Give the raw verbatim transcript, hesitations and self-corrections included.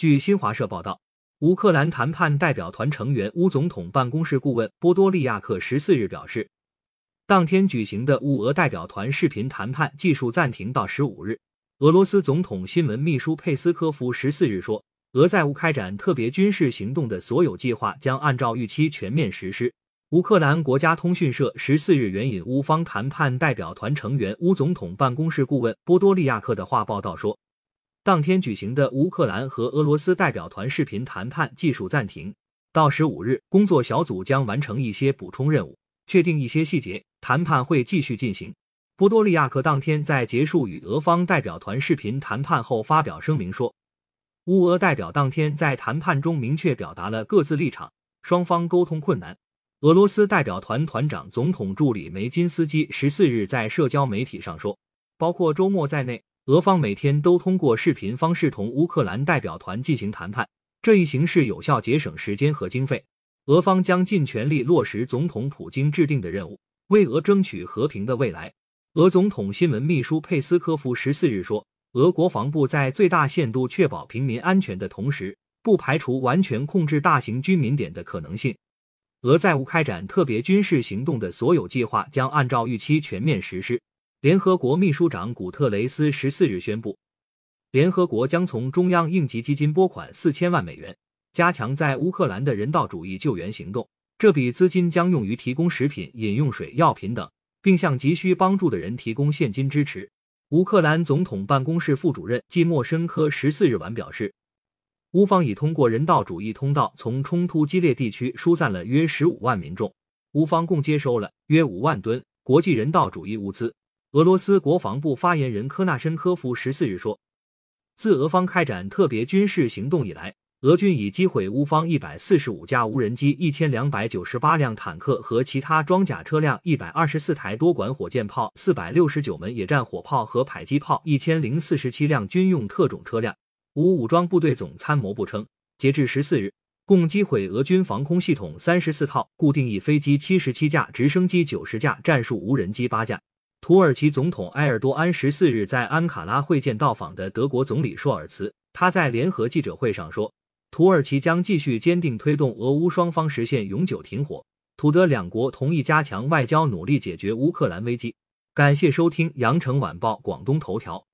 据新华社报道，乌克兰谈判代表团成员乌总统办公室顾问波多利亚克十四日表示，当天举行的乌俄代表团视频谈判技术暂停到十五日。俄罗斯总统新闻秘书佩斯科夫十四日说，俄在乌开展特别军事行动的所有计划将按照预期全面实施。乌克兰国家通讯社十四日援引乌方谈判代表团成员乌总统办公室顾问波多利亚克的话报道说，当天举行的乌克兰和俄罗斯代表团视频谈判技术暂停，到十五日，工作小组将完成一些补充任务，确定一些细节，谈判会继续进行。波多利亚克当天在结束与俄方代表团视频谈判后发表声明说，乌俄代表当天在谈判中明确表达了各自立场，双方沟通困难。俄罗斯代表团团长总统助理梅金斯基十四日在社交媒体上说，包括周末在内，俄方每天都通过视频方式同乌克兰代表团进行谈判，这一形式有效节省时间和经费。俄方将尽全力落实总统普京制定的任务，为俄争取和平的未来。俄总统新闻秘书佩斯科夫十四日说，俄国防部在最大限度确保平民安全的同时，不排除完全控制大型居民点的可能性。俄在乌开展特别军事行动的所有计划将按照预期全面实施。联合国秘书长古特雷斯十四日宣布，联合国将从中央应急基金拨款四千万美元，加强在乌克兰的人道主义救援行动。这笔资金将用于提供食品、饮用水、药品等，并向急需帮助的人提供现金支持。乌克兰总统办公室副主任季莫申科十四日晚表示，乌方已通过人道主义通道从冲突激烈地区疏散了约十五万民众，乌方共接收了约五万吨国际人道主义物资。俄罗斯国防部发言人科纳申科夫十四日说，自俄方开展特别军事行动以来，俄军已击毁乌方一百四十五架无人机、一千两百九十八辆坦克和其他装甲车辆、一百二十四台多管火箭炮、四百六十九门野战火炮和迫击炮、一千零四十七辆军用特种车辆。乌武装部队总参谋部称，截至十四日，共击毁俄军防空系统三十四套、固定翼飞机七十七架、直升机九十架、战术无人机八架。土耳其总统埃尔多安十四日在安卡拉会见到访的德国总理朔尔茨，他在联合记者会上说，土耳其将继续坚定推动俄乌双方实现永久停火，土德两国同意加强外交努力解决乌克兰危机。感谢收听羊城晚报广东头条。